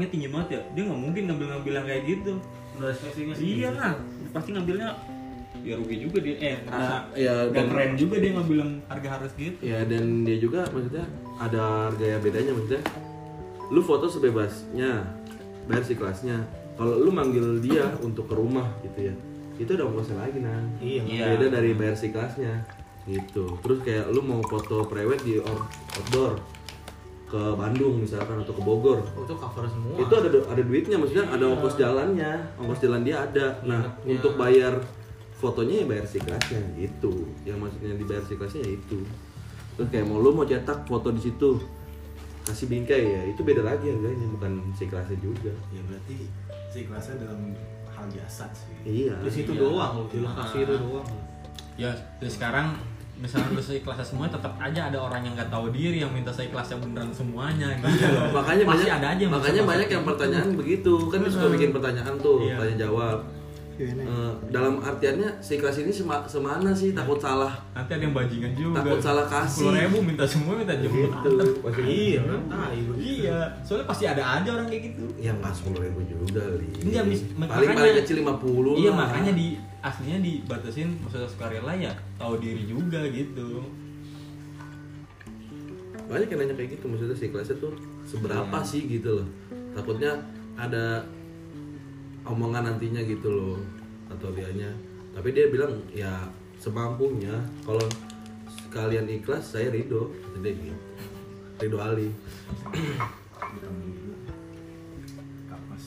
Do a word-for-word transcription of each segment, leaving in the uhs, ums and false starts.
orangnya tinggi banget ya, dia nggak mungkin ngambil-ngambil yang kayak gitu. Udah spesifiknya sih. Iya kan, pasti ngambilnya ya rugi juga dia, eh Nah, ya, dan dan- keren juga dia ngambil yang harga-harga segitu. Ya dan dia juga maksudnya ada harga yang bedanya, maksudnya lu foto sebebasnya, bayar si kelasnya. Kalau lu manggil dia untuk ke rumah gitu ya, itu ada ongkosnya lagi nang. Iya. Iya. Beda dari bayar si kelasnya gitu. Terus kayak lu mau foto prewed di or- outdoor ke Bandung misalkan atau ke Bogor, Oh, itu cover semua. itu ada ada duitnya, maksudnya ada ongkos jalannya, ongkos jalan dia ada. Nah Ingatnya. untuk bayar fotonya ya bayar si kelasnya itu, yang maksudnya dibayar si kelasnya ya itu. Terus kayak mau lu mau cetak foto di situ kasih bingkai ya, itu beda lagi harganya, bukan si kelasnya juga. Ya berarti si kelasnya dalam hal jasa sih. Iya. Di situ Iya. doang loh, di lokasi itu doang. Ya, terus sekarang misalnya lu seikhlasnya semua, tetap aja ada orang yang nggak tahu diri yang minta seikhlasnya beneran semuanya gitu. Makanya Masih banyak, ada aja yang makanya bisa banyak masuk yang gitu. pertanyaan begitu kan, dia suka bikin pertanyaan tuh, Iya. tanya jawab. Eh, dalam artiannya si kelas ini sema- semana sih, takut salah, Nanti ada yang bajingan juga. takut salah kasih. sepuluh ribu minta semua, minta jemput Gitu. antar. Pasti Iya, gitu. kan tai begitu. Iya, soalnya pasti ada aja orang kayak gitu. Ya nggak sepuluh ribu juga li. Enggak, mis- paling makanya- paling kecil lima puluh. Iya, lah. makanya di aslinya dibatasin, maksudnya sukarela ya tahu diri juga gitu. Banyak yang nanya kayak gitu, maksudnya si kelasnya tuh seberapa Iya. sih gitu loh. Takutnya ada omongan nantinya gitu loh, atau dianya. Tapi dia bilang ya semampunya, kalau kalian ikhlas saya ridho, jadi gitu. Ridho Ali. Kapas.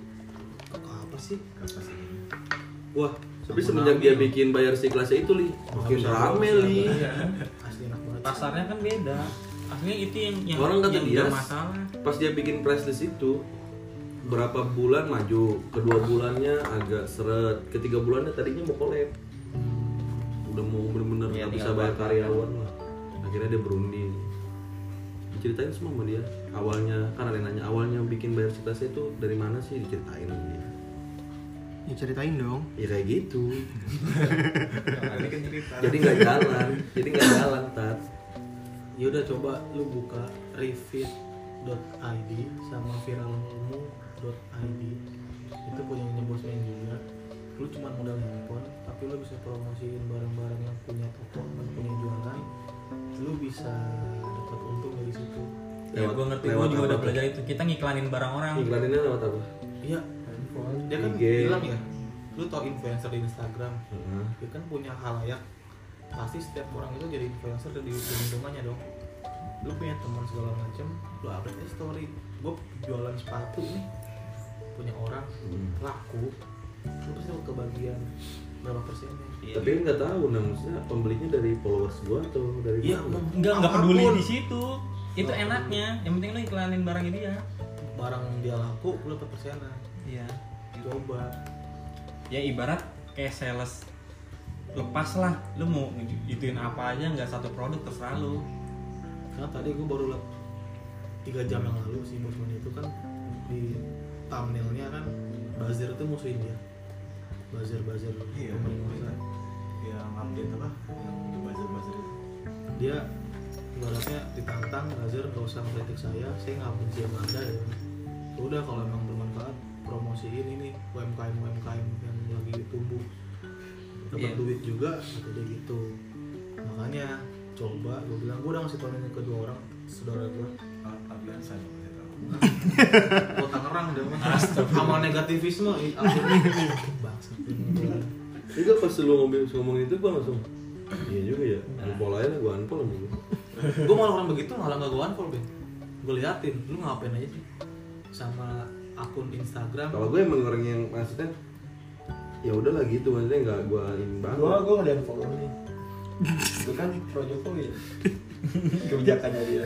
Apa sih? Kapas ini. Wah, tapi Sama semenjak Nabi dia loh. bikin bayar si kelasnya itu li, makin Bisa rame bagus, li. Iya. Asli enak banget. Pasarnya kan beda. Aslinya itu yang yang Orang kata yang dia, nggak masalah. pas dia bikin press list itu berapa bulan maju, kedua bulannya agak seret, ketiga bulannya tadinya mau collab, udah mau bener-bener Iya, nggak bisa tinggal bayar bayar. karyawan lah, akhirnya dia berunding. Diceritain semua sama dia, awalnya kan ada yang nanya awalnya bikin bayar citasnya itu dari mana sih, diceritain sama dia. Ya ceritain dong. Ya kayak gitu, Ini kan cerita. jadi nggak jalan, jadi nggak jalan tat. Ya udah coba lu buka refit dot i d sama viralmu dot i d. Itu punya Bos Men juga. Lu cuma modal handphone, tapi lu bisa promosiin barang-barang yang punya toko dan punya jualan. Lu bisa dapat untung dari situ. Ya, Lewat- gue ngerti, gue lewat juga apa udah tuh? belajar itu. Kita ngiklanin barang orang. Iklaninnya lewat apa? Iya, handphone. Dia kan I G. bilang ya, lu tau influencer di Instagram, Heeh. dia kan punya halayak. Pasti setiap orang itu jadi influencer dan di lingkungannya dong. Lu punya teman segala macem, lu update aja story. Gue jualan sepatu nih, punya orang Hmm. laku, lu pasti mau kebagian berapa persennya? Tapi kan nggak tahu, nah maksudnya pembelinya dari followers gua atau dari Iya, mana? Enggak, enggak peduli apapun. di situ. Itu enaknya. Yang penting lu iklanin barangnya dia. Barang dia laku, lu dapat persenan. Iya. Coba. Ya ibarat kayak sales, lepas lah, lu mau gituin apa aja, nggak satu produk terserah lu. Karena tadi gue baru liat tiga jam yang lalu si Bos Men itu kan di thumbnailnya kan buzzer itu musuhin dia. Buzzer buzzer Iya, pemerintah. yang update apa? Yang di buzzer-buzzer itu. Dia ibaratnya ditantang buzzer gak usah ngekritik saya, saya nggak benci sama anda ya. Udah kalau emang bermanfaat promosiin ini U M K M U M K M yang lagi tumbuh dapat Iya. duit juga kata dia gitu. Makanya coba gue bilang, gue udah ngasih tau ini ke dua orang saudara gue. Ah, Aviansa yang saya tahu. Gue Tangerang dia mah sama negativisme ih, bangsat. Itu pas lu ngomong ngomong itu gua langsung iya juga ya, unfollow aja lah, gua unfollow sama gua. Gue malah orang begitu malah gak gue unfollow Ben. Gue liatin, lu ngapain aja sih sama akun Instagram. Kalau gue emang orang yang maksudnya ya udahlah gitu, maksudnya nggak gua ini banget. Gua gua nggak ada yang follow nih. Itu kan pro Jokowi. Kebijakannya dia.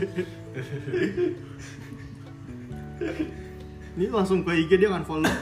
Ini langsung ke I G dia unfollow.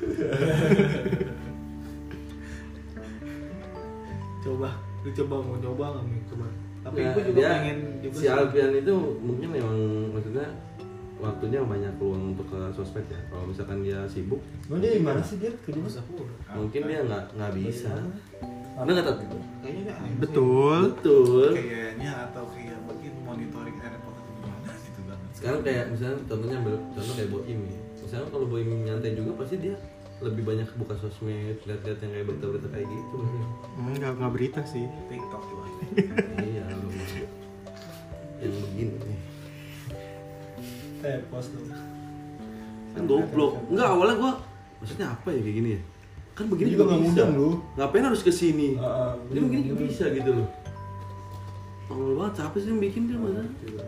Coba, lu coba mau nyoba nggak nih coba. Tapi Nah, gue juga dia- pengen juga si Alfian itu mungkin memang maksudnya waktunya banyak peluang untuk ke sosmed ya. Kalau misalkan dia sibuk, Emang dia di mana sih dia? Kedua masa pura. mungkin dia nggak nggak bisa. Apa Lu nggak tahu? gitu? Kayaknya dia aneh. Betul. Betul. Kayaknya atau kayak mungkin monitoring airport atau gimana gitu banget. sekarang kayak misalnya contohnya ambil contoh kayak Boim nih. Misalnya kalau Boim nyantai juga pasti dia lebih banyak buka sosmed, lihat-lihat yang kayak berita-berita kayak gitu. Enggak, enggak berita sih. TikTok juga. Iya lu yang begini nih. Eh, post tuh. Kan goblok. Enggak, awalnya gua maksudnya apa ya kayak gini ya? Kan begini Juga juga nggak bisa. ngundang lu. Ngapain harus ke sini? Heeh. Ini begini juga bisa gitu loh. Tolol banget, siapa sih yang bikin dia masa?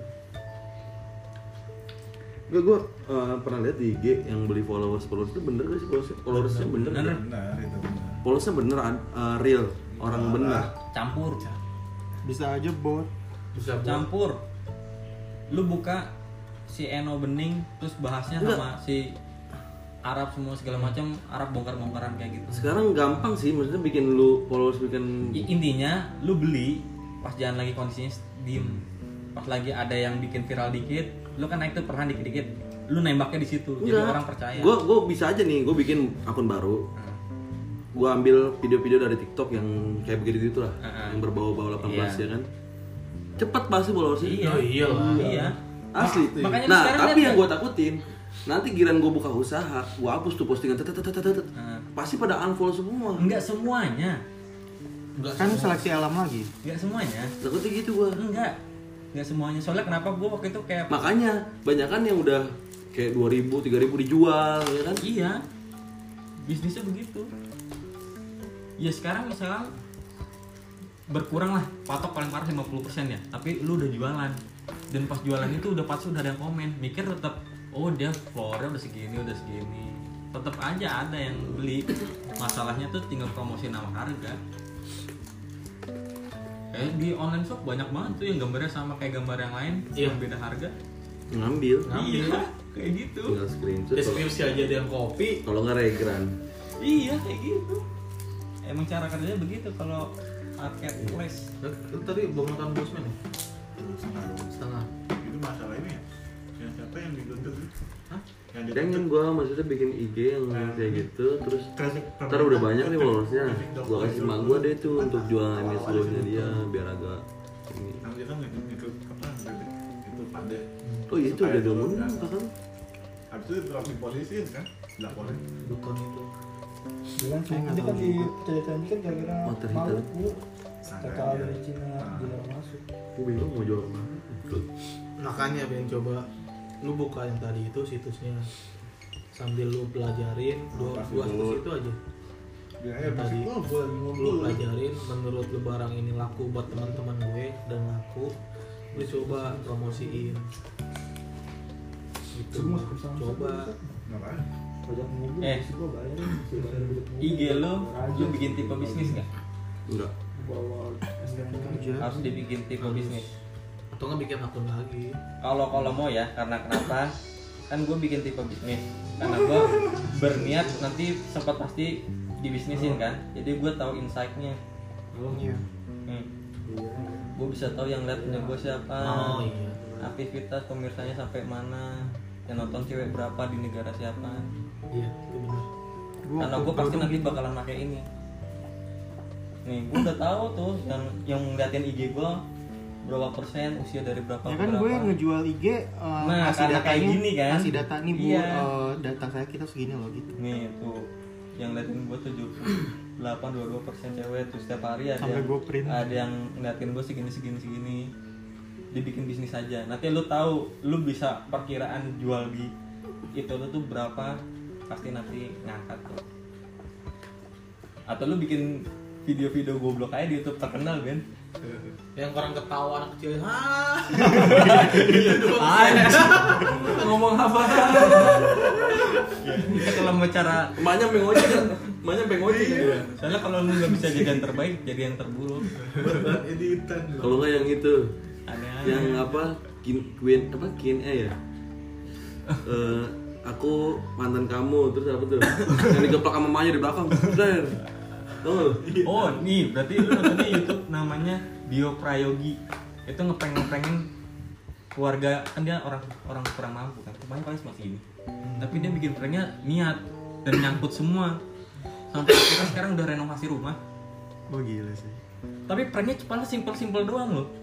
Enggak, gue uh, pernah lihat di I G yang beli followers followers itu bener gak sih followersnya? Followersnya bener, Bener. Benar itu benar. followersnya bener, uh, real orang bener. Campur. Bisa aja bot. Bisa buat Campur. Lu buka si Eno Bening terus bahasnya Enggak. sama si Arab semua segala macam, Arab bongkar-bongkaran kayak gitu. Sekarang gampang sih, maksudnya bikin lu followers bikin I- intinya lu beli pas jangan lagi kondisinya diem, pas lagi ada yang bikin viral dikit lu kan naik tuh perlahan dikit-dikit lu nembaknya di situ jadi orang percaya. Gue gue bisa aja nih, gue bikin akun baru, Nah, gue ambil video-video dari TikTok yang kayak begitu gitu lah, Uh-uh. yang berbau-bau delapan belas Iya. ya kan, cepet pasti followersnya. iya Oh iyalah. iya Asli. Makanya Nah, sekarang tapi lihat yang ya. gue takutin nanti giran gue buka usaha, gue hapus tuh postingan, tet, tet, tet, tet, tet. Nah, Pasti pada unfollow semua. enggak semuanya Enggak Kan semua. seleksi alam lagi. enggak semuanya Takutnya gitu gue. enggak enggak semuanya soalnya kenapa gue waktu itu kayak Makanya banyak kan yang udah kayak dua ribu, tiga ribu dijual ya kan. iya bisnisnya begitu ya. Sekarang misalnya berkurang lah, patok paling parah lima puluh persen ya, tapi lu udah jualan dan pas jualan itu udah pasti udah ada yang komen, mikir tetap oh dia followernya udah segini udah segini, tetap aja ada yang beli. Masalahnya tuh tinggal promosi nama harga. Kayak di online shop banyak banget tuh yang gambarnya sama kayak gambar yang lain, Iya. cuma beda harga. Ngambil, Iya, kayak gitu. tinggal screenshot. Kalau- Deskripsi aja ada yang kopi. Kalau nggak regran. Iya kayak gitu. Emang cara kerjanya begitu kalau marketplace. Nah, tadi belum nonton Bosman ya? Setengah dong. Setengah. Itu masalah ini ya. Yang siapa yang dituntut? Hah? Yang Jangan gue maksudnya bikin I G yang Nah. kayak gitu, terus Traffic- ntar udah banyak nih followersnya, traffic dot gue com kasih itu. mak gue deh tuh untuk jual M S Awal-awal nya itu. dia biar agak ini. Nah, dia kan ngikut ngikut apa ngikut itu pada. Oh iya itu Supaya udah itu, diomongin kan. apa kan? Habis itu dilaporin polisi kan? Dilaporin. Dukun itu. Dia kan Saya nggak dia tahu kan di juga. cerita-cerita kan gara-gara Motor malu hitam. bu. Sangka Terkala aja. dari Cina Ah. dilarang masuk. Gue bingung mau jual mana. Makanya pengen coba lu buka yang tadi itu situsnya sambil lu pelajarin dua, Pas dua dulu. situs itu aja. Dia ya Tadi. pasti oh, gue lagi Lu ngobrol. pelajarin menurut lu barang ini laku buat teman-teman gue dan laku, lu coba promosiin. Gitu. Semua sama Coba. Ngapain? Pajak mobil Eh. sih gua bayarin sih bayar duit mobil. I G lo, Rajin. lu bikin tipe bisnis nggak? Enggak. Bawa S D M Aja. Harus dibikin tipe bisnis. Atau nggak bikin akun lagi. Kalau kalau mau ya, karena kenapa? Kan gue bikin tipe bisnis. Karena gue berniat nanti sempat pasti dibisnisin kan. Jadi gue tahu insight-nya. Iya. Hmm. Gue bisa tahu yang lihat punya gue siapa. Oh iya. Aktivitas pemirsanya sampai mana. Yang nonton cewek berapa di negara siapa. Iya, itu benar. Gua Karena waktu gue pasti produk nanti gitu. bakalan pakai ini. Nih, gue udah tahu tuh yang yang ngeliatin I G gue berapa persen, usia dari berapa Ya kan berapa. gue ngejual I G uh, Nah, kasih karena kayak datanya, gini kan. kasih data nih bu, Iya. uh, data saya kita segini loh gitu. Nih tuh yang liatin gue tujuh puluh delapan dua puluh dua persen cewek tuh setiap hari ada Sampai yang, gue print. ada yang ngeliatin gue segini segini segini. Dibikin bisnis aja. Nanti lu tahu, lu bisa perkiraan jual di itu lu tuh berapa, pasti nanti ngangkat tuh. Atau lu bikin video-video goblok aja di YouTube terkenal kan? Yang orang ketawa anak kecil. Hah. Ngomong apa? Kita kalau mau cara Emaknya pengoci kan? Emaknya pengoci kan? soalnya kalau lu nggak bisa jadi yang terbaik, jadi yang terburuk. Buat editan. Kalau nggak yang itu, Aneh yang apa? Kin, Queen apa? Kin E ya? Eh, aku mantan kamu terus apa tuh? Yang digeplak sama emaknya di belakang. Bener. Tahu nggak lu? Oh, nih berarti lu nonton di YouTube namanya Dio Prayogi. Itu ngeprank-ngeprangin keluarga, kan dia orang orang kurang mampu kan. Rumahnya paling masih ini. Tapi dia bikin pranknya niat dan nyangkut semua. Sampai akhirnya sekarang udah renovasi rumah. Oh gila sih. Tapi pranknya paling simpel-simpel doang loh.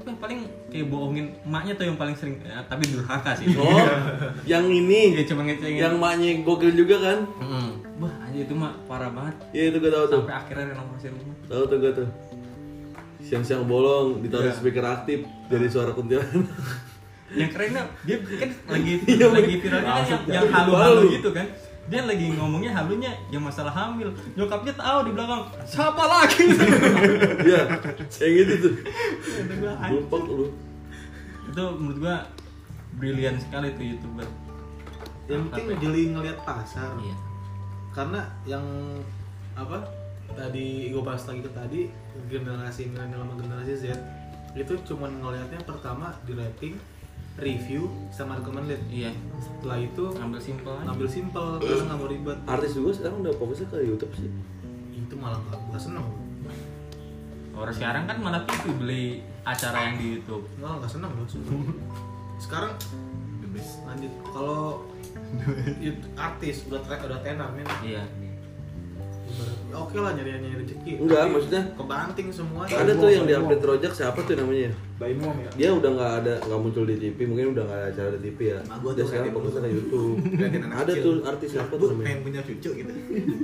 YouTube-nya paling kayak bohongin emaknya tuh yang paling sering ya, tapi durhaka sih. Oh, yang ini, Iya cuma ngecengin. yang maknya gokil juga kan? Mm-mm. Wah, anjir itu mah parah banget. Iya itu gue tahu tuh. Sampai akhirnya renovasi rumah. Tahu tuh gue tuh. Siang-siang bolong ditaruh Iya. speaker aktif dari suara kuntilanak. Yang kerennya dia kan lagi Iya, lagi viralnya kan langsung yang, yang jadi halu-halu halu. gitu kan. Dia lagi ngomongnya halunya yang masalah hamil. Nyokapnya tahu di belakang. Siapa lagi? Iya, yang gitu tuh. Kata gua, anjir. Lupa lu. Itu menurut gua brilian sekali tuh YouTuber. Yang penting Tapi- jeli ngelihat pasar. Iya. Karena yang apa tadi gue bahas lagi ke tadi generasi milenial sama generasi Z itu cuma ngelihatnya pertama di rating, review sama recommended. Iya. Setelah itu Ngambil simple aja. ngambil simple karena nggak mau ribet. Artis juga sekarang udah fokusnya ke YouTube sih. Itu malah nggak gak seneng. Orang sekarang kan malah T V beli acara yang di YouTube. Malah nggak seneng loh. Sekarang The best. lanjut kalau itu artis udah tra- udah tenar men. Iya. Ibarat- ya oke lah nyari nyari rezeki. Enggak, Tapi maksudnya kebanting semua. ada tuh yang di update Rojak siapa tuh namanya? Bayi mom ya. Dia udah nggak ada nggak muncul di T V, mungkin udah nggak ada acara di T V ya. Nah, gua Dia tuh sekarang kayak fokusnya ke gitu. YouTube. Liatin anak Ada kecil. tuh artis siapa Gua tuh namanya? pengen punya cucu gitu.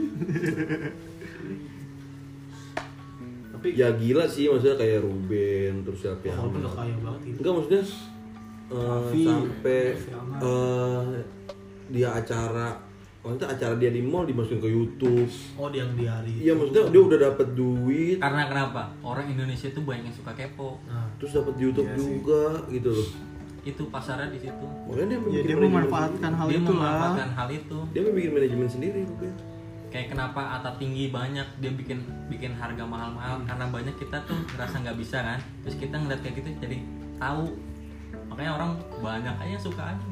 Tapi Ya gila sih maksudnya kayak Ruben terus siapa yang walaupun udah kaya banget ini. enggak maksudnya eh, Raffi, sampai Raffi Ahmad. eh, dia acara maksudnya acara dia di mall dimasukin ke YouTube. Oh dia yang di hari. Iya maksudnya dia udah dapet duit Karena kenapa? Orang Indonesia tuh banyak yang suka kepo. Nah, terus dapet di YouTube Iya sih. juga gitu loh. Itu pasarnya di situ. Makanya dia Ya bikin dia manajemen- memanfaatkan hal Dia itu lah. memanfaatkan hal itu. Dia bikin manajemen sendiri Ruben. Kayak kenapa Atta Tinggi banyak dia bikin bikin harga mahal-mahal karena banyak kita tuh ngerasa nggak bisa kan. Terus kita ngeliat kayak gitu jadi tahu. Makanya orang banyak aja yang suka aja.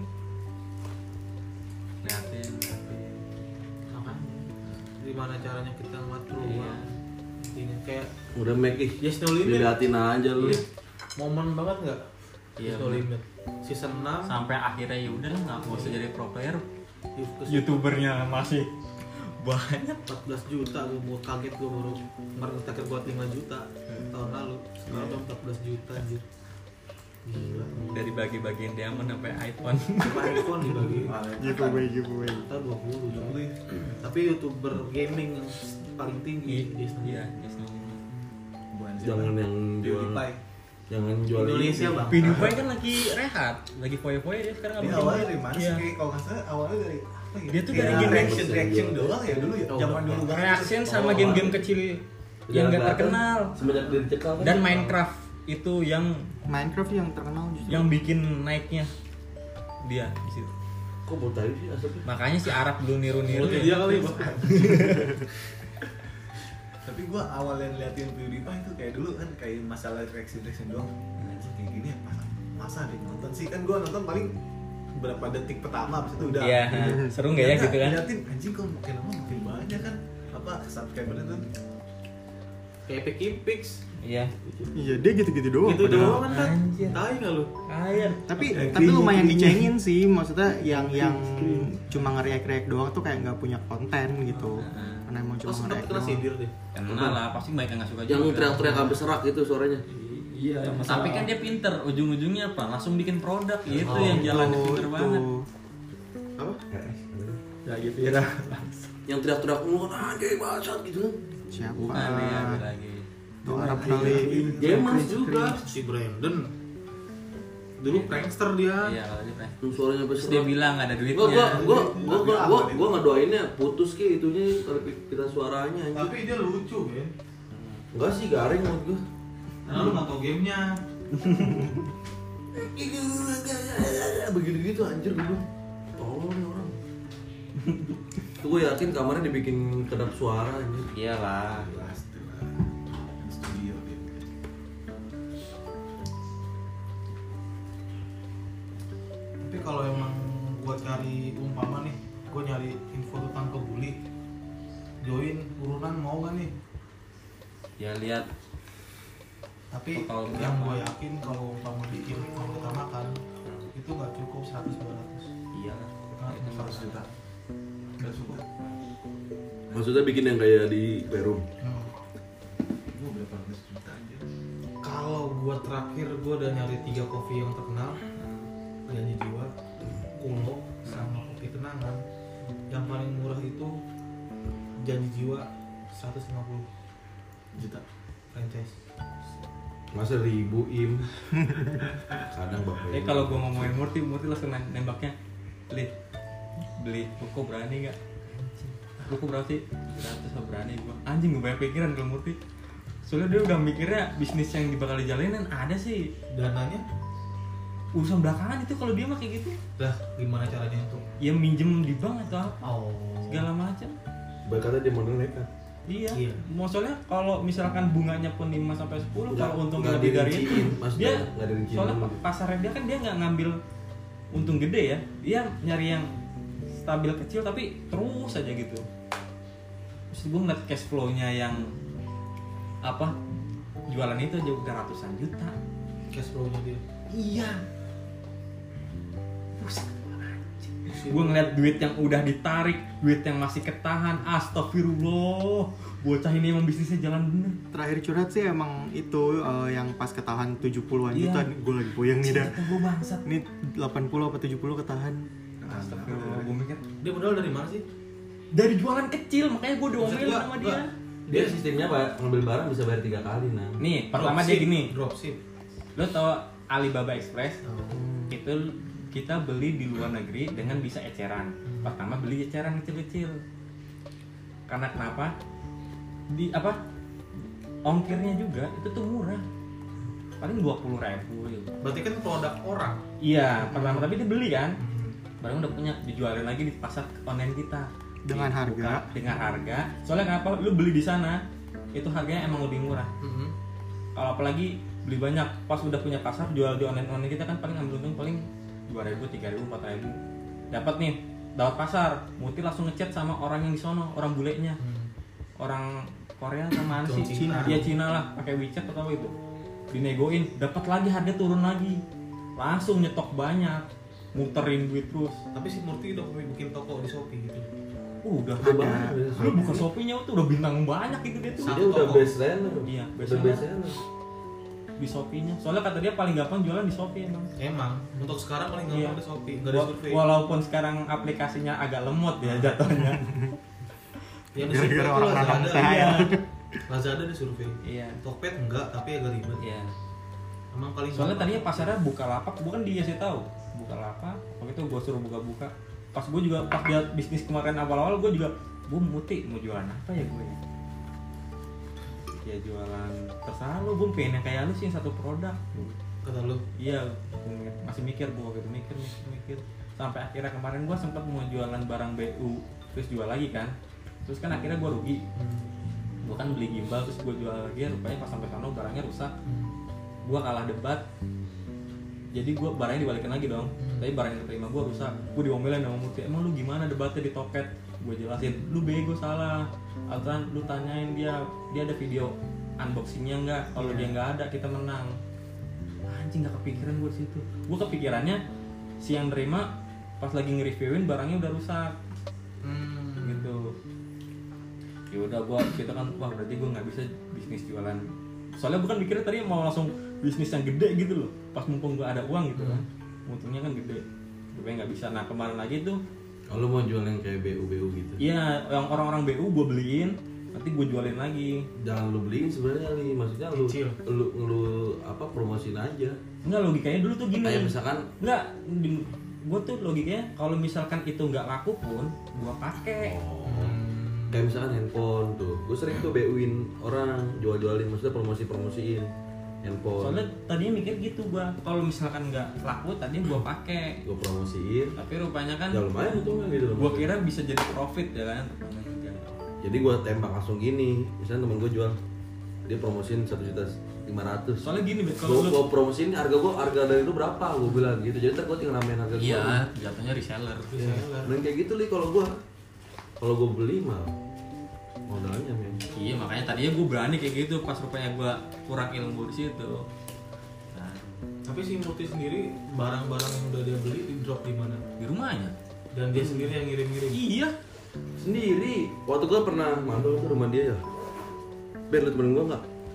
Liatin, liatin. makanya gimana caranya kita ngeliat peluang. Iya. Ini kayak Udah make ih. Yes No Limit. Diliatin aja lu. Iya. Momen banget nggak? Iya, Yes No bener. Limit. Season enam. Sampai akhirnya ya udah lah nggak usah jadi pro player. Terus YouTubernya masih banyak. empat belas juta gue gua kaget gue baru kemarin terakhir buat lima juta tahun lalu sekarang udah empat belas juta anjir gila Dari bagi-bagian diamond sampai iPhone. Cuma iPhone dibagi Giveaway, giveaway. kita dua puluh tapi YouTuber gaming yang paling tinggi di Iya, yes, no. Bukan siapa? Jangan yang jual PewDiePie. jangan jual Indonesia ini. bang PewDiePie kan lagi rehat, lagi foya-foya dia sekarang Dia nggak bikin. awalnya dari mana sih? Iya. Kayak kalau nggak salah awalnya dari apa ya? Dia tuh Kayak dari game reaction reaction reaction doang. doang ya dulu ya. Oh, Zaman udah. dulu banget. Reaction sama Oh. game-game kecil yang nggak terkenal. Semenjak dia dicekal kan. Dan Minecraft itu yang Minecraft yang terkenal justru. yang bikin naiknya dia di situ. Kok mau tahu sih asapnya? Makanya si Arab dulu niru-niru Mulutnya ya. dia kali bang Tapi gua awalnya liatin PewDiePie itu kayak dulu kan kayak masalah reaction reaction doang. Anjing kayak gini apa? Masa ada yang nonton sih? Kan gua nonton paling berapa detik pertama habis itu udah. Iya, seru nggak ya Ternyata gitu kan? Liatin anjing kok makin lama makin banyak kan apa subscribernya tuh. kayak Pekipix Iya. Iya dia gitu-gitu doang. gitu padahal. doang kan kan Anjir. tahu nggak lu Air. Tapi Ada tapi green, lumayan green. dicengin sih, maksudnya yang yang cuma ngeriak-riak doang tuh kayak nggak punya konten gitu. Karena emang cuma oh sempat ngeriak kena doang. sindir deh Kenal lah, pasti banyak yang nggak suka Yang juga. teriak-teriak sampai serak gitu suaranya. Iya. Tapi kan dia pinter, ujung-ujungnya apa? Langsung bikin produk, itu Oh, yang jalan Tuh, pinter banget. tuh. Apa? Lagi viral. Yang teriak-teriak mulu kan anjing bangsat gitu. Siapa? Bukan ya, ada lagi. Tuh Arab kali. Gamers juga. si Brandon dulu prankster dia Iya, kalau dia pernah. Yang suaranya sampai Terus dia serak. bilang ada duitnya. Gua gua gua gua gua gua, gua ngedoainnya putus ki itunya kalau kita suaranya anjing. tapi dia lucu kan Enggak sih garing menurut gua. karena lu nggak tau gamenya Begitu gitu anjir dulu. Tolong nih orang. Tuh gue yakin kamarnya dibikin kedap suara anjir. Iyalah. Jelas tuh lah. Studio dia. tapi kalau emang buat cari umpama nih gue nyari info tentang kebuli join urunan mau gak nih Ya lihat tapi Oh, kalau yang berapa? gue yakin kalau umpama bikin mau kita makan itu nggak cukup seratus dua ratus iyalah. nah, Itu seratus juta nggak cukup Maksudnya bikin yang kayak di Perum. hmm. Gua berapa ratus juta aja. kalau Buat terakhir gue udah nyari tiga kopi yang terkenal, Janji Jiwa, Kuno, sama Kopi Kenangan. Yang paling murah itu Janji Jiwa seratus lima puluh juta franchise. Masa ribu im. Kadang bapak. Eh kalau gue ngomongin Murti, Murti langsung nembaknya, beli beli ruko berani nggak? Ruko berapa sih? Beratus apa berani gue? Anjing gue banyak pikiran kalau Murti. Soalnya dia udah mikirnya bisnis yang bakal dijalanin ada sih. Dananya? Urusan belakangan itu kalau dia mah kayak gitu. Dah gimana caranya itu? Ya minjem di bank atau apa? Oh. Segala macam. Berkata dia modal nekat. Iya. Iya. Maksudnya kalau misalkan bunganya pun lima sampai sepuluh, Nggak- kalau untungnya nggak lebih dari itu, dirinciin, maksudnya dia nggak dirinciin soalnya dulu. pasarnya dia kan dia nggak ngambil untung gede ya. Dia nyari yang stabil kecil tapi terus aja gitu. Terus gue ngeliat cash flow-nya yang apa jualan itu aja udah ratusan juta. Cash flow-nya dia. Iya. Gue ngeliat duit yang udah ditarik, duit yang masih ketahan, astagfirullah. Bocah ini emang bisnisnya jalan bener. Terakhir curhat sih emang itu uh, yang pas ketahan tujuh puluhan Iya. juta. Gue lagi boyang nih dah. Gue bangsat. Ini delapan puluh apa tujuh puluh ketahan. Astagfirullah, gue mikir Dia modal dari mana sih? dari jualan kecil, makanya gue diomelin Maksud gua- sama gua- dia. Dia sistemnya pak ngambil barang bisa bayar tiga kali nah. Nih, pertama dia Dropship, gini. Dropship. Lo tau Alibaba Express? Oh. Itu kita beli di luar negeri dengan bisa eceran. Pertama beli eceran kecil-kecil. Karena kenapa? Di apa? Ongkirnya juga itu tuh murah. Paling dua puluh ribu gitu. Berarti kan produk orang. Iya, pertama tapi dia beli kan. Barang udah punya, dijualin lagi di pasar online kita. Dengan Dibuka harga. dengan harga. Soalnya kenapa? Lu beli di sana itu harganya emang lebih murah. Mhm. Kalau apalagi beli banyak, pas udah punya pasar jual di online online kita kan paling ambil untung paling dua ribu, tiga ribu, empat ribu. Dapat nih, dapat pasar. Muti langsung ngechat sama orang yang di sono, orang bulenya. Hmm. Orang Korea sama mana sih? Orang Cina. Iya Cina lah, pakai WeChat atau apa itu. Dinegoin, dapat lagi harga turun lagi. Langsung nyetok banyak, muterin duit terus. Tapi si Murti udah bikin toko di Shopee gitu. Uh, udah Udah ada. banyak. Lu buka Shopee-nya tuh udah bintang banyak gitu dia tuh. Satu Dia udah toko. best seller. Iya, best Udah seller. best seller. Di Shopee-nya. Soalnya kata dia paling gampang jualan di Shopee emang. Emang untuk sekarang paling Iya. gampang di Shopee, enggak ada Wa- survei. Walaupun sekarang aplikasinya agak lemot ya jatuhnya. Yang di Gara-gara survei itu orang nanam Lazada. teh. Iya. Lazada di survei. Iya. Tokped enggak, tapi agak ribet. Iya. Emang paling Soalnya gampang. tadinya pasarnya Bukalapak, bukan dia sih tahu. Bukalapak, waktu itu gue suruh buka-buka. Pas gue juga pas lihat bisnis kemarin awal-awal gue juga, gue muti mau jualan apa ya gue ya? Ya jualan terserah lu, gue pengen yang kayak lu sih yang satu produk. kata lu. Iya, gua mikir- masih mikir gue gitu mikir mikir mikir. Sampai akhirnya kemarin gue sempat mau jualan barang B U, terus jual lagi kan. Terus kan akhirnya gue rugi. Gue kan beli gimbal terus gue jual lagi, rupanya pas sampai sana barangnya rusak. Gue kalah debat. Jadi gue barangnya dibalikin lagi dong. Tapi barang yang diterima gue rusak. Gue diomelin sama Muti. Emang lu gimana debatnya di Tokped? Gue jelasin. Lu bego salah. Atau lu tanyain dia, dia ada video unboxingnya nggak? Kalau dia nggak ada kita menang. Anjing nggak kepikiran gue di situ. Gue kepikirannya si yang nerima pas lagi nge-reviewin barangnya udah rusak. Hmm. Gitu. Ya udah gue kita kan wah berarti gue nggak bisa bisnis jualan. Soalnya bukan mikirnya tadi mau langsung bisnis yang gede gitu loh. Pas mumpung gue ada uang gitu kan. Untungnya kan gede. Gue nggak bisa. Nah kemarin lagi tuh, Kalau mau jual yang kayak B U B U gitu. iya yang orang-orang B U gue beliin, nanti gue jualin lagi. Jangan lu beliin sebenarnya nih, maksudnya lu, Kecil. lu lu apa promosiin aja. Enggak, logikanya dulu tuh gini. Kayak misalkan Enggak, gue tuh logikanya kalau misalkan itu nggak laku pun gue pakai. oh, kayak misalkan handphone tuh, gue sering tuh B U-in orang jual-jualin, maksudnya promosi-promosiin handphone. Soalnya tadinya mikir gitu gue, kalau misalkan nggak laku tadi gue pakai. Gue promosiin, Tapi rupanya kan ya lumayan untungnya gitu loh. gue kira bisa jadi profit ya kan. Rupanya enggak. Jadi gue tembak langsung gini, misalnya temen gue jual, dia promosiin satu juta lima ratus. Soalnya gini, Bet, Gue kalau lu gue promosiin harga gue, harga dari lu berapa? Gue bilang gitu. Jadi ntar gue tinggal namain harga gue. iya, jatuhnya reseller. Ya, dan kayak gitu nih kalau gue, kalau gue beli mah modalnya men. Iya, makanya tadinya gue berani kayak gitu pas rupanya gue kurang ilmu di situ. Nah, Tapi si Murti sendiri barang-barang yang udah dia beli di drop di mana? di rumahnya. Dan dia sendiri yang ngirim-ngirim. Iya. Sendiri. Waktu gue pernah mampir ke rumah dia ya. Ben, lu temen gue nggak?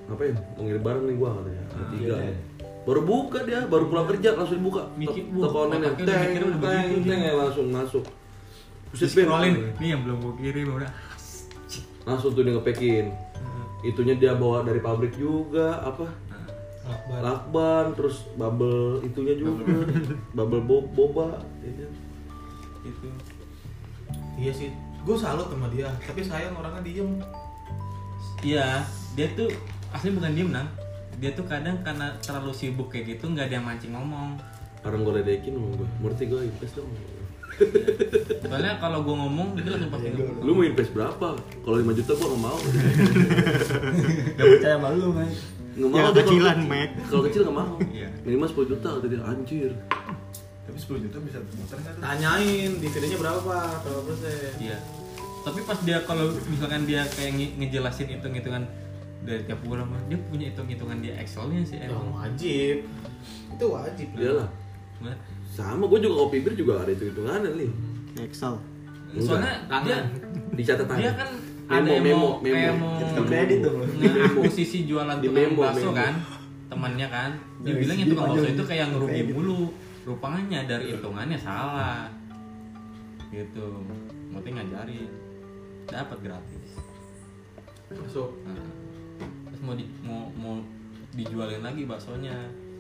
ngapain? Mau ngirim barang nih gua katanya. Ada tiga. iya. Baru buka dia, baru pulang kerja langsung dibuka. Mikir, Tok- Toko wah, online otaknya udah teng mikir udah teng begitu teng dia. langsung masuk. Buset, Ben. Scrollin, nih yang belum gue kirim udah. Langsung tuh dia ngepekin. Itunya dia bawa dari pabrik juga apa? Lakban. Lakban, terus bubble itunya juga. Bubble bo- boba ini. Itu. Iya sih, gue salut sama dia, tapi sayang orangnya diem. Iya, dia tuh asli bukan diem nang. Dia tuh kadang karena terlalu sibuk kayak gitu nggak ada yang mancing ngomong. Orang gue ledekin sama gue, berarti gue invest dong. Soalnya kalau gue ngomong dia langsung pasti ngomong. Lu mau invest berapa? Kalau lima juta gue gak mau. Gak percaya sama lu, Mike. Gak mau Ya gua kecilan, kalau- Mac. Kalau kecil gak mau. Iya. Minimal sepuluh juta kata dia, anjir. Tapi sepuluh juta bisa muter nggak tuh? Tanyain dividennya berapa, berapa persen? Iya. Tapi pas dia kalau misalkan dia kayak nge- ngejelasin hitung-hitungan dari tiap bulan mah, dia punya hitung-hitungan dia Excelnya sih Yang emang. wajib, itu wajib. Iyalah. Banget. Sama, gue juga kopi bir juga ada hitung-hitungannya nih. Excel. Soalnya Tangan. dia Di catatan. dia kan Memo, ada yang memo, mau memo. kayak mau Kita kredit dong lu. nge-posisi jualan Di tukang memo, bakso memo. kan temannya kan dia Dari bilang segi yang tukang bakso panjang. itu kayak ngerugi Kredit. mulu rupanya dari hitungannya salah gitu makanya ngajarin dapat gratis Masuk. nah, terus mau di, mau mau dijualin lagi baksonya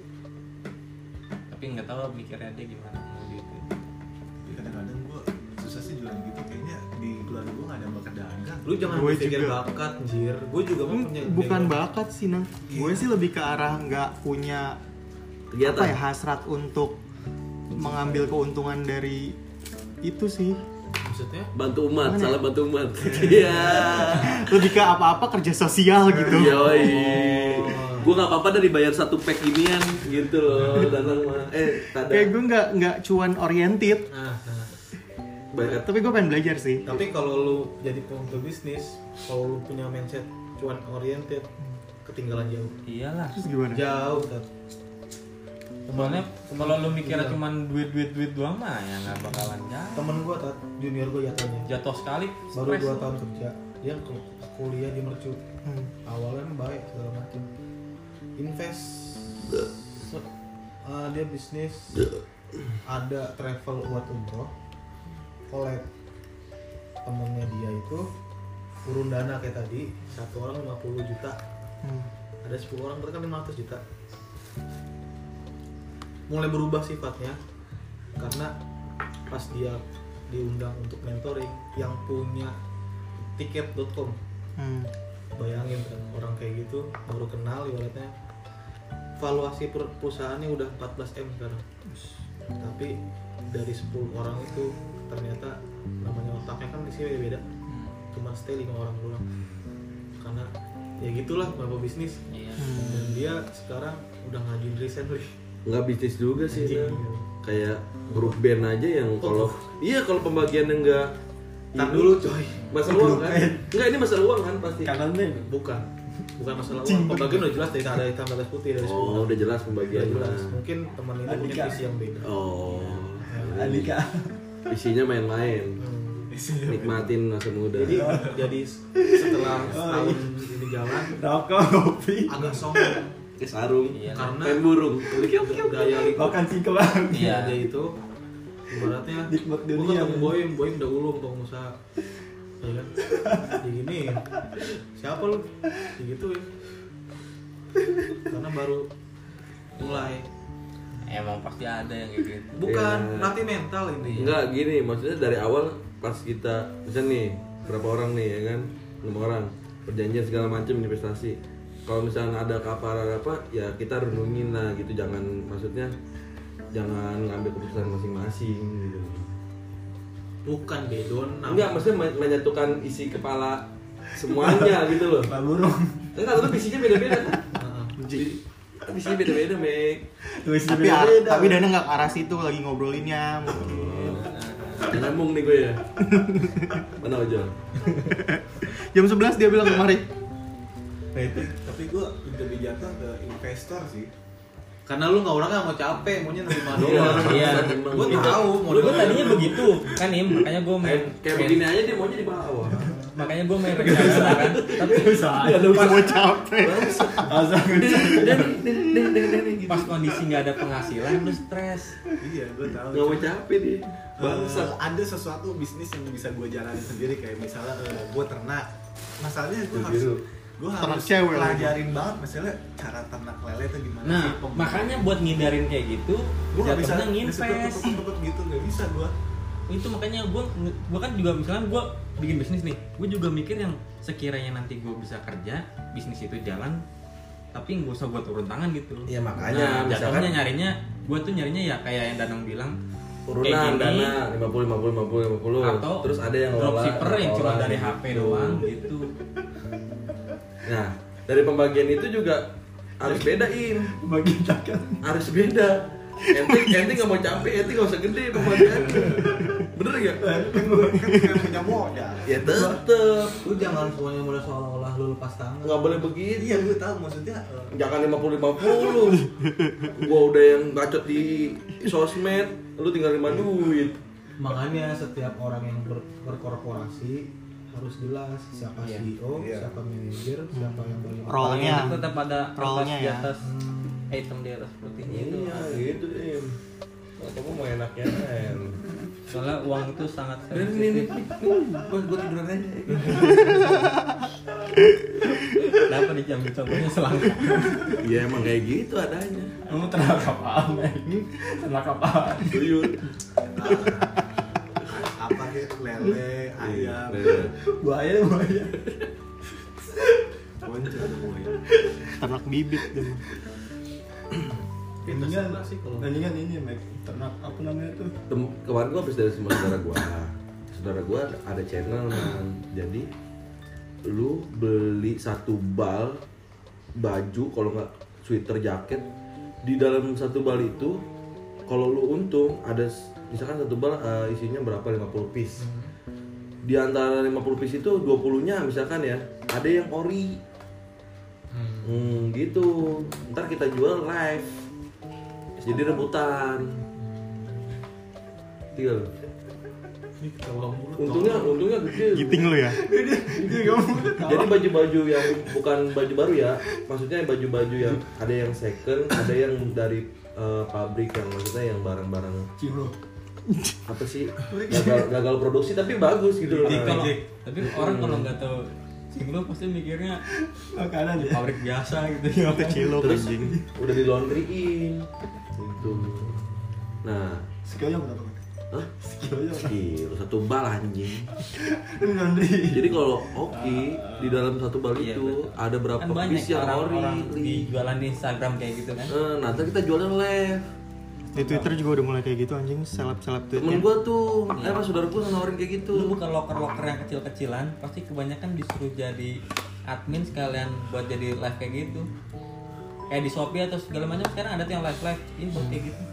tapi nggak tahu mikirnya dia gimana mau gitu. Tapi kadang-kadang gue susah sih jualan gitu, kayaknya di keluarga gue nggak ada bakat dagang. Lu jangan Gue berpikir juga. bakat, anjir. Gue juga mah Hmm, punya bukan bakat. bakat sih nang, gue sih lebih ke arah nggak punya Kegiatan. apa ya hasrat untuk mengambil keuntungan dari itu sih. Maksudnya? Bantu umat, Mana? salah bantu umat. Iya. Lebih ke apa-apa kerja sosial gitu. Yoi. Gue gak apa-apa dari bayar satu pack ginian gitu loh. Datang mah. Eh, tada. Kayak gue nggak nggak cuan oriented, Nah, nah. Bayar. tapi gue pengen belajar sih. Tapi kalau lu jadi pembantu bisnis, kalau lu punya mindset cuan oriented, ketinggalan jauh. Iyalah Terus gimana? Jauh, Tat. soalnya kalau lu mikirnya Iya. cuman duit duit duit doang mah ya nggak bakalan jalan Temen gua, Tat, junior gua jatuhnya. jatuh sekali Baru stres. dua tahun kerja, dia ke- kuliah di Mercu. Hmm. Awalnya kan baik segala macam. Invest, se- uh, dia bisnis, ada travel buat umroh, collab. Temennya dia itu urun dana kayak tadi, satu orang lima puluh juta, Hmm. ada sepuluh orang berarti kan lima ratus juta. Mulai berubah sifatnya karena pas dia diundang untuk mentoring yang punya tiket dot com. Hmm. Bayangin kan orang kayak gitu baru kenal ibaratnya, valuasi per- perusahaannya udah empat belas M sekarang, tapi dari sepuluh orang itu ternyata namanya otaknya kan di sini beda, cuma stay lima orang doang karena ya gitulah bapak bisnis. Iya. Dan dia sekarang udah ngajuin recently. Nggak bisnis juga sih. Anjing. Nah. Kayak grup band aja yang kalau iya kalau pembagiannya nggak Tar ini, dulu coy, masalah uang kan? Enggak, ini masalah uang kan pasti. Kanan deh. bukan bukan masalah uang. Pembagian udah jelas dari ada hitam atas putih dari semua. Oh, udah jelas Udah pembagiannya. jelas. Mungkin teman ini punya Andika. visi yang beda. Oh. Andika. Visinya main-main. Hmm. Nikmatin masa muda. Jadi jadi setelah setahun ini jalan Rokok, kopi. agak sombong Ke sarung. Iya. karena Main burung. gaya lingkup Makan singkelang. Iya. dia itu ibaratnya Nikmat gue dunia, ketemu men. Boim, Boim udah ulung pengusaha ya kan digini siapa lu digituin karena baru mulai Emang pasti ada yang kayak gitu. bukan Iya. nanti mental ini Enggak gini, maksudnya dari awal pas kita misalnya nih berapa orang nih ya kan, enam orang perjanjian segala macam investasi. Kalau misalnya ada kaparan apa, ya kita renungin lah gitu, jangan maksudnya jangan ngambil keputusan masing-masing gitu. bukan bedon Enggak, maksudnya men- menyatukan isi kepala semuanya gitu loh. Pak Burung. Enggak, tapi visinya beda-beda kan? Heeh. Visinya beda-beda, Mek. Tulis Tapi beda-beda. tapi Dana nggak ke arah situ lagi ngobrolinnya mungkin. Nggak nyambung nih gue ya. Mana aja? Jam sebelas dia bilang kemarin. Nah, itu, tapi gue lebih jatuh ke investor sih. karena lu nggak orangnya mau capek maunya nerima Iya. doang Iya. gue tahu mau Gue nerima tadinya doang. begitu kan Im, makanya gue main Kayak, kayak main- begini aja dia maunya di bawah. makanya gue main reksadana kan. Tapi Bisa aja lu mau capek. pas kondisi nggak ada penghasilan lu stres. Iya, gue tahu. Nggak mau capek dia. Bangsa, ada sesuatu bisnis yang bisa gue jalani sendiri kayak misalnya uh, gue ternak. Masalahnya gue harus Biru. gue Ternak harus cewek pelajarin banget misalnya cara ternak lele itu gimana Nah, sih. pem- makanya buat ngindarin kayak gitu, gue nggak bisa jatuhnya nginvest. ngebet gitu, nggak bisa gue. Itu makanya gue gue kan juga misalnya gue bikin bisnis nih, gue juga mikir yang sekiranya nanti gue bisa kerja, bisnis itu jalan, tapi nggak usah gue turun tangan gitu. Iya, makanya, nah, misalkan- jatuhnya nyarinya, gue tuh nyarinya ya kayak yang Danang bilang, Urunan kayak gini, dana lima puluh lima puluh lima puluh lima puluh. atau Terus ada yang ngelola dropshipper yang cuma orang dari H P gitu. doang gitu. Nah, dari pembagian itu juga harus bedain. Bagi jaket. Harus beda. Ente ente nggak mau capek, ente nggak usah gede pembagian. Bener nggak? Kan gue kan punya modal. Ya tetep. Lu jangan semuanya mulai seolah-olah lu lepas tangan. Nggak boleh begitu. Iya, gue tahu maksudnya. uh, Jangan lima puluh lima puluh. Gua udah yang bacot di sosmed, lu tinggal lima duit. Makanya setiap orang yang ber- berkorporasi harus jelas siapa Iya. C E O, Iya. siapa manajer, siapa yang bagi Role-nya. Paling tetap ada kertas Role-nya di ya. atas, item di atas putihnya itu. Iya, gitu Im. Atau gua mau enaknya kan. Soalnya uang itu sangat Dan ini nih, sensitif. gua gua tiduran aja. Kenapa diambil contohnya selangkah? Iya emang kayak gitu adanya. Kamu ternak apaan ini? Ternak apaan? Tuyul. apa gitu lele, ayam, Iya. Buaya buaya. ponco semuanya. Ternak bibit tuh. Itu Ini kan sama sih kalau ini kan ini Mac. Ternak apa namanya tuh? Tem- kemarin gua habis dari sama saudara gua. Saudara gua ada channel man. Jadi lu beli satu bal baju kalau nggak sweater jaket di dalam satu bal itu kalau lu untung ada s- misalkan satu bal uh, isinya berapa lima puluh piece. Di antara lima puluh piece itu dua puluh-nya misalkan ya ada yang ori. Hmm, gitu. Ntar kita jual live. Jadi rebutan. Tiga loh. ini ketawa mulu. Untungnya untungnya gede. Giting lu ya. Jadi baju-baju yang bukan baju baru ya. Maksudnya baju-baju yang ada yang second, ada yang dari uh, pabrik yang maksudnya yang barang-barang Ciro. apa sih? Gagal, gagal produksi tapi bagus gitu loh. Jadi kalau tapi orang kalau nggak tahu Cinglo pasti mikirnya Makanan ya. pabrik biasa gitu ya. Kecil Terus anjing. udah di laundryin gitu. Nah, Skillnya berapa? hah? Skillnya berapa? Gila, satu bal anjing. Ini laundry. Jadi kalau oke di dalam satu bal Iya, itu betul. ada berapa Kan banyak piece yang ori. orang-orang Li. di jualan di Instagram kayak gitu kan. Eh, nanti kita jualnya live. Di Twitter juga udah mulai kayak gitu anjing, seleb-seleb Temen tweetnya. gua tuh, eh pas saudara gua nawarin kayak gitu. Lu buka loker-loker yang kecil-kecilan, pasti kebanyakan disuruh jadi admin sekalian buat jadi live kayak gitu. Kayak di Shopee atau segala macam sekarang ada tuh yang live-live, ini buat kayak gitu.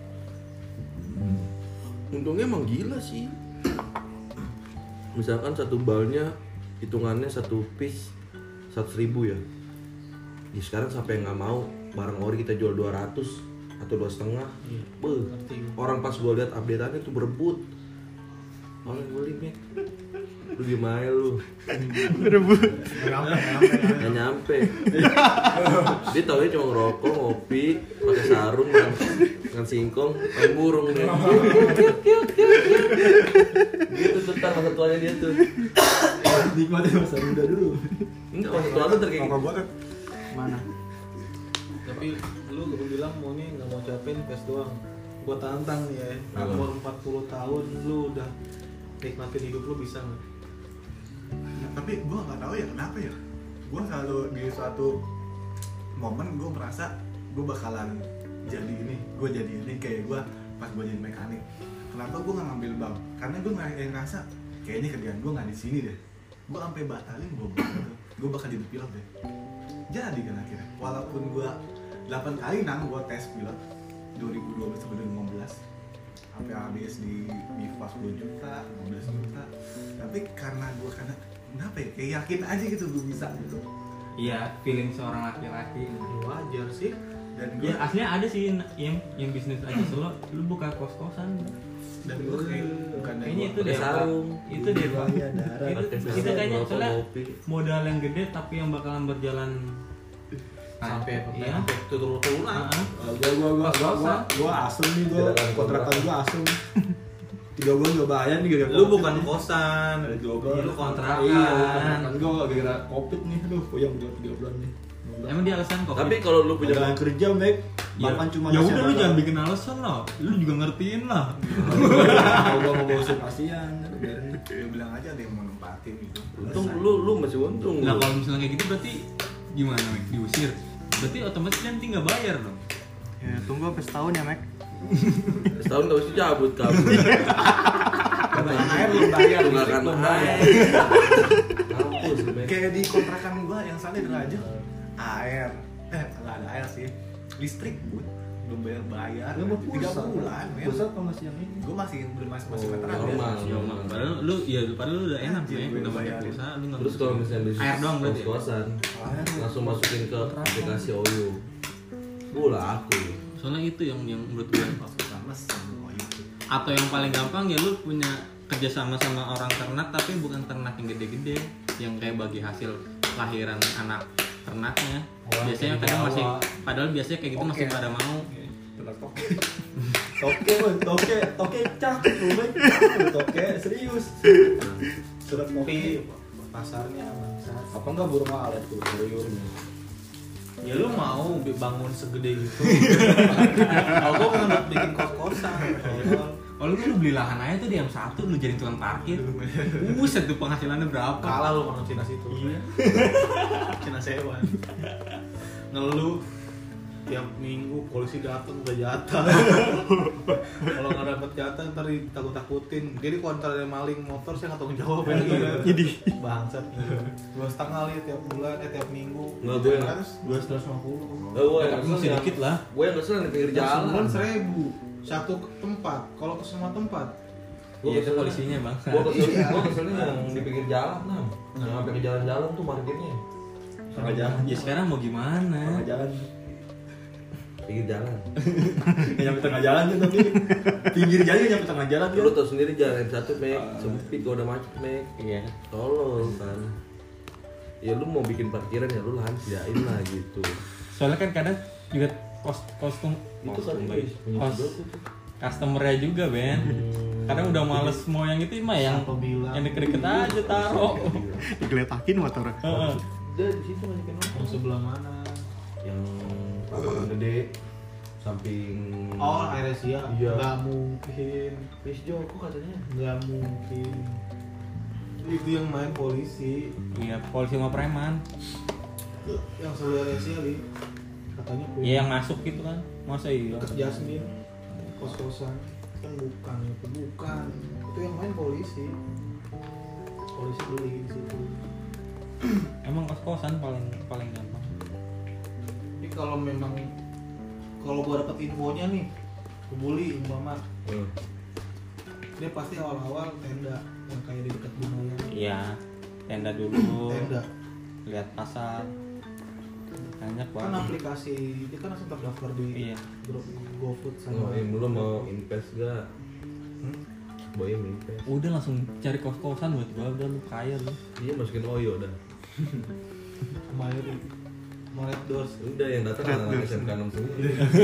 Untungnya emang gila sih. Misalkan satu balnya hitungannya satu piece seratus ribu ya. Ya sekarang sampai nggak mau barang ori kita jual dua ratus atau dua setengah. Beuh, orang pas gua lihat updateannya tuh berebut. Orang beli Mac. Lu gimana lu? Berebut. Nggak nyampe. Dia taunya cuma ngerokok, ngopi, pakai sarung, makan, makan singkong, main burung deh. Gitu tuh ntar masa tuanya dia tuh. Nikmatin masa muda dulu. Enggak masa tua tuh terkayak gitu. Mana? Tapi lu gue bilang mau nih nggak mau capek invest doang. Gua tantang nih ya. Umur empat puluh tahun lu udah nikmatin hidup lu bisa nggak? Nah, tapi gue nggak tahu ya kenapa ya. Gue selalu di suatu momen gue merasa gue bakalan jadi ini, gue jadi ini kayak gue pas gue jadi mekanik. Kenapa gue nggak ngambil bank? Karena gue ngerasa kayaknya kerjaan gue nggak di sini deh. Gue sampai batalin gue gitu. Gue bakal jadi pilot deh. Jadi kan akhirnya, walaupun gue delapan kali nang gue tes pilot dua ribu dua belas sampai dua ribu lima belas sampai habis di di pas sepuluh juta, lima belas juta. Tapi karena gue karena kenapa ya? Kayak yakin aja gitu gue bisa gitu. Iya, feeling seorang laki-laki. Ya wajar sih. Dan gue Ya aslinya ada sih yang yang bisnis aja solo, lu buka kos-kosan. Dan gue kayak bukan Kayaknya itu Pakai deh Pak. sarung. Itu deh Pak. Iya, darah. Itu, Pakai itu sarung, kayaknya rokok, soalnya kopi. modal yang gede tapi yang bakalan berjalan sampai iya. sampai turunan. Heeh. Uh, gua gua gua gua gua, gua asum nih gua. Kontrakan gua asum. Tiga bulan gua bayar nih gara-gara Lu Covid bukan nih. kosan, Ada dua lu bulan. kontrakan. Iya, kontrakan gua gara-gara Covid nih. Aduh, puyeng gua tiga bulan nih. Emang dia alasan kok. Tapi kalau lu punya Jangan kerja, Mek. ya, Makan cuma ya nasi udah lu sama jangan telur. bikin alasan lah. Lu juga ngertiin lah. Kalau gua mau bosen kasihan. Biarin. Ya bilang aja ada yang mau nempatin gitu. untung lu lu masih untung. Nah lu. kalau misalnya kayak gitu berarti gimana Mek? Diusir? Berarti otomatis nanti nggak bayar dong. Ya tunggu sampai setahun ya Mek. Setahun gak usah cabut kamu. Kebanyakan air belum bayar, Tunggakan listrik belum bayar. Kampus, Mek. Kayak di kontrakan gua yang sana di Raja air, eh nggak ada air sih, listrik pun belum bayar bayar. Lu mau Tiga pulsa. bulan, men. Pulsa apa masih yang ini? Gue masih belum masih masih Oh, meteran normal. ya. Ya, Mak. Padahal lu ya padahal lu udah enak Anjir, ya, gue udah bayar bayarin. pulsa, lu nggak Terus kalau misalnya di air doang berarti. ya? kos-kosan, Air. langsung masukin ke aplikasi O U. Gua laku. Soalnya itu yang yang menurut gue Sama semua itu. atau yang paling gampang ya lu punya kerjasama sama orang ternak tapi bukan ternak yang gede-gede yang kayak bagi hasil lahiran anak ternaknya Oh, biasanya kayak kadang Jawa. masih padahal biasanya kayak gitu Oke. masih pada mau Benar toke. Toke, woy. toke, toke cak, lu, Mek. Toke serius. Surat Tapi kopi. pasarnya bangsat. Apa enggak burung walet tuh sayurnya? Ya lu mau bi- bangun segede gitu. Kalau gua kan buat bikin kos-kosan. tolol. oh lu lu beli lahan aja tuh di M satu lu jadi tukang parkir buset tuh penghasilannya berapa Kalah lu sama Cina situ. iya Cina sewan. Ngeluh tiap minggu polisi datang udah jatah. Kalau nggak dapet jatah ntar ditakut takutin. Jadi kalau ntar ada maling motor saya nggak tanggung jawab ya. Jadi bangsat. Dua setengah li tiap bulan, eh tiap minggu. Nggak, gue yang- dua ratus lima puluh. Eh, gua yang tapi kesel masih yang- dikit lah Gua yang kesel yang di pinggir Jalan jalan. seribu satu tempat. Kalau ke semua tempat, Gua iya itu kesel- polisinya bang Gua kesel, Iya. gua keselnya yang di pinggir jalan, Nam. Yang sampai ke jalan-jalan tuh parkirnya. Tengah jalan. ya sekarang mau gimana Tengah jalan. Pinggir jalan. Nggak nyampe tengah jalan tuh tapi pinggir jalan nggak nyampe tengah jalan Lu kan? tau sendiri jalan M satu, Mek. Sempit kalau udah macet, Mek. iya Tolol kan. Ya lu mau bikin parkiran ya lu lahan sediain lah gitu. soalnya kan kadang juga kos kostum Itu kan kostum, guys, punya kos juga tuh. customernya juga Ben kadang udah males mau yang itu mah yang Siapa bilang? yang deket-deket aja taruh Digeletakin motornya. Heeh. Udah di situ ngajakin yang orang. sebelah mana? Yang lapangan gede samping Oh, Airesia. Iya. Nggak mungkin. Wis Joko katanya. Nggak mungkin. Itu yang main polisi. iya polisi sama preman Yang sebelah Airesia li. Katanya punya iya yang masuk gitu kan masa iya dekat Jasmine. Kos-kosan. Kan bukan itu, bukan. Itu yang main polisi. Polisi beli di situ. emang kos-kosan paling paling gampang Tapi kalau memang kalau gua dapet infonya nih, gua bully umpama Hmm. dia pasti awal-awal tenda yang kayak di dekat Bunayan. iya tenda dulu Tenda. lihat pasar banyak Kan banget aplikasi dia kan langsung terdaftar di iya grup GoFood Oh, sama Im, lu mau invest gak? Hmm? Boy invest. udah langsung cari kos-kosan buat gua udah lu kaya lu Iya masukin Oyo dah. Mayori Moret Doors. Udah yang datang anak S M K enam semua.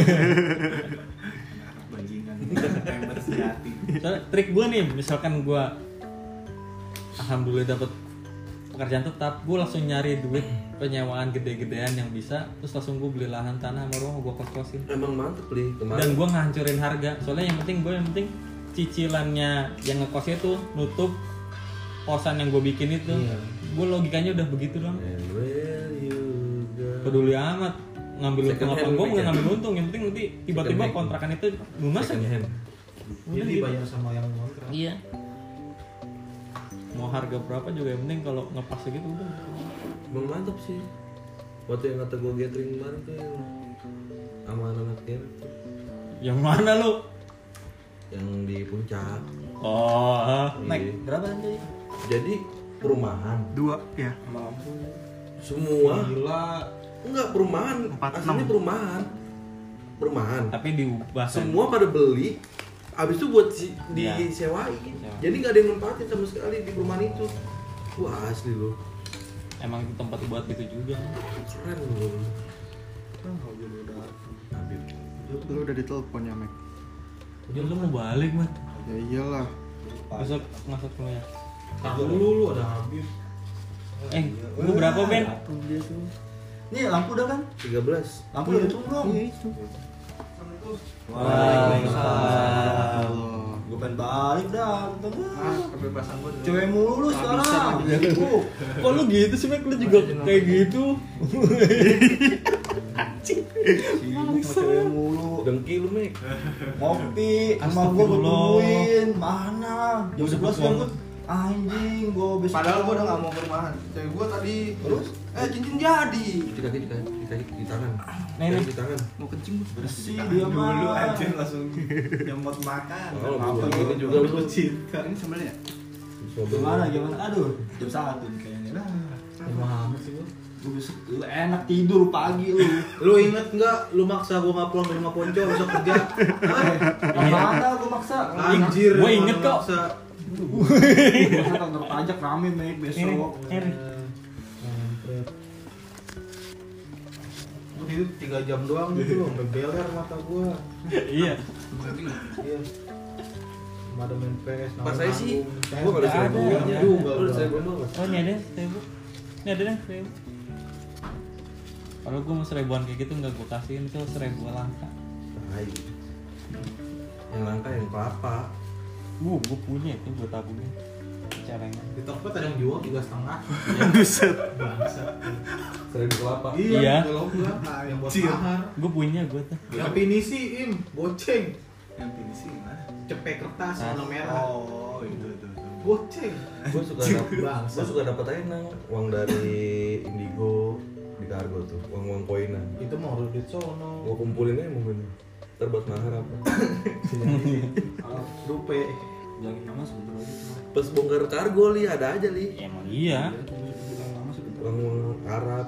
Anak bajingan. Member sejati. soalnya trik gua nih misalkan gua alhamdulillah dapet pekerjaan tetap gua langsung nyari duit penyewaan gede-gedean yang bisa terus langsung gua beli lahan tanah sama rumah gua kos-kosin Emang mantep li dan kemarin. gua ngancurin harga soalnya yang penting gua yang penting cicilannya yang ngekosnya tuh nutup kosan yang gua bikin itu Iya. gua logikanya udah begitu dong And where you go. peduli amat ngambil Second untung apa hand gue mic ya? nggak ngambil untung yang penting nanti tiba-tiba Second hand. kontrakan itu lunas Second aja hand. Dia Udah gitu. dibayar sama yang ngontrak. iya mau harga berapa juga yang penting kalau ngepas gitu udah Emang mantep sih. Waktu yang kata gue gathering kemarin tuh yang sama anak-anaknya tuh. yang mana lu Yang di puncak. oh naik Iya. berapa nanti Jadi perumahan Dua ya. semua Gila. enggak perumahan Empat, aslinya enam. perumahan perumahan tapi diubah kan? semua pada beli Abis itu buat si, Ya. disewain. Sewa. Jadi nggak ada yang nempatin sama sekali di perumahan itu. Wah asli loh, Emang itu tempat buat itu juga. keren loh. Habib. Lu udah ditelepon ya, Mek? Ya lu mau balik, Man. Ya iyalah. Besok masuk lu ya. Tahu dulu lu ada Habib. Eh, lu berapa, Ben? Dia tuh. Nih lampu udah kan? tiga belas. Lampu udah tutup belum? Iya itu. Waalaikumsalam. Gue pengen balik dah. Ah, kebebasan gua. Cewek mulu lu sekarang. Kok lu gitu sih, Mek? Lu juga kayak gitu. Sibuk sama cewek mulu. Dengki lu Mek. Ngopi sama gue Astagfirullah. betulin. Mana? Jam sebelas kan gue. Anjing, gue besok. Padahal gua udah nggak mau ke rumahan. Cewek gua tadi terus eh cincin jadi. Di kaki, di kaki, di kaki, di tangan. Nih, nih. Di tangan. Mau kencing gua. Bersih dia mah. Dulu anjir langsung nyemot makan. Oh, Apa begini lu- juga lu lu. cinta. Ini sebenarnya. Gimana gimana? Aduh, jam satu nih kayaknya. Nah, Gimana sih gua? gue besok lu enak tidur pagi lu. Lu inget nggak? Lu maksa gua nggak pulang dari rumah Ponco besok kerja. Mana gue maksa? Anjir. Gua emang inget lu kok. maksa. Masa kantor pajak rame Mek Ini, besok. ini. Kampret. Gua tidur tiga jam doang gitu loh, sampai beler mata gua. Iya. Iya. Cuma ada main P S. Pas saya sih, Saya gua nggak ada Nggak seribu. ada. Iya juga. Lu ada gua. seribu nggak? Oh, ini ada seribu. Ini ada nih seribu. Kalau gue mau seribuan kayak gitu nggak gue kasihin, itu seribu langka. Tai. Yang langka yang kelapa. Gue gue punya itu gue tabungin. Caranya. Di Tokped ada yang jual tiga setengah. Buset. Bangsa. Seribu kelapa. Iya. Kalau gua yang buat Anjir. mahar. Gue punya gue tuh. Yang pinisi im, goceng. Yang ini sih gimana? Cepet kertas Ah. warna merah. Oh, itu itu. itu. Goceng. Gue suka dapet, Bangsa. gue suka dapet aja nang uang dari Indigo di kargo tuh, uang uang koinan. Itu mau udah duit sono. Gue kumpulin aja mungkin. Ntar buat mahar apa? Dupe. Bilangin nama sebentar aja cuma. Pas bongkar kargo li ada aja li. Ya, emang iya. Bilang nama sebentar. Uang uang Arab.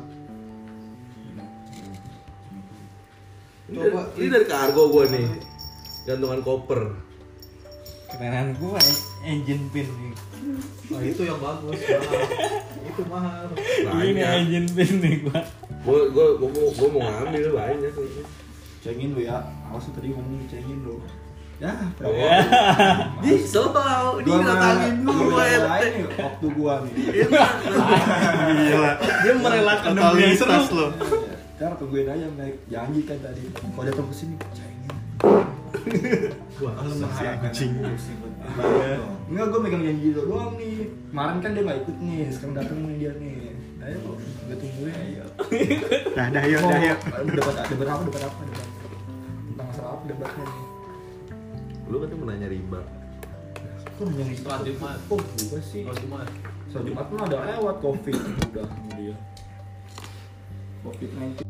Ini Coba, dari, ini dari kargo gue nih. Gantungan koper. Kerenan gue engine pin nih. Nah, itu yang bagus. Mahal. Itu mahal. Ini Banyak. engine pin nih gue. Gue gue gue mau gue mau ngambil banyak. Cengin lu ya. Awas lu tadi ngomong cengin lu. Ya, Di soal di gua datangin mah- gue. gua lain nih waktu gua nih. Gila. Dia merelakan Totalitas lo. Ntar tungguin aja Mek. Janji kan tadi. Kalau datang kesini cengin. Wah, Lu mengharapkan anjing. Enggak, gue megang janji lo doang nih. Kemarin kan dia nggak ikut nih, sekarang datang nih dia nih. Ayo, gue tungguin ayo. Dah, dah yuk, dah yuk. Debat ada berapa? Debat apa? Debat tentang masalah apa debatnya nih? Lu kan mau nanya riba. Kok yang itu? Sholat Jumat. Oh, juga sih. Kalau cuma Sholat Jumat mah ada lewat covid udah dia. covid sembilan belas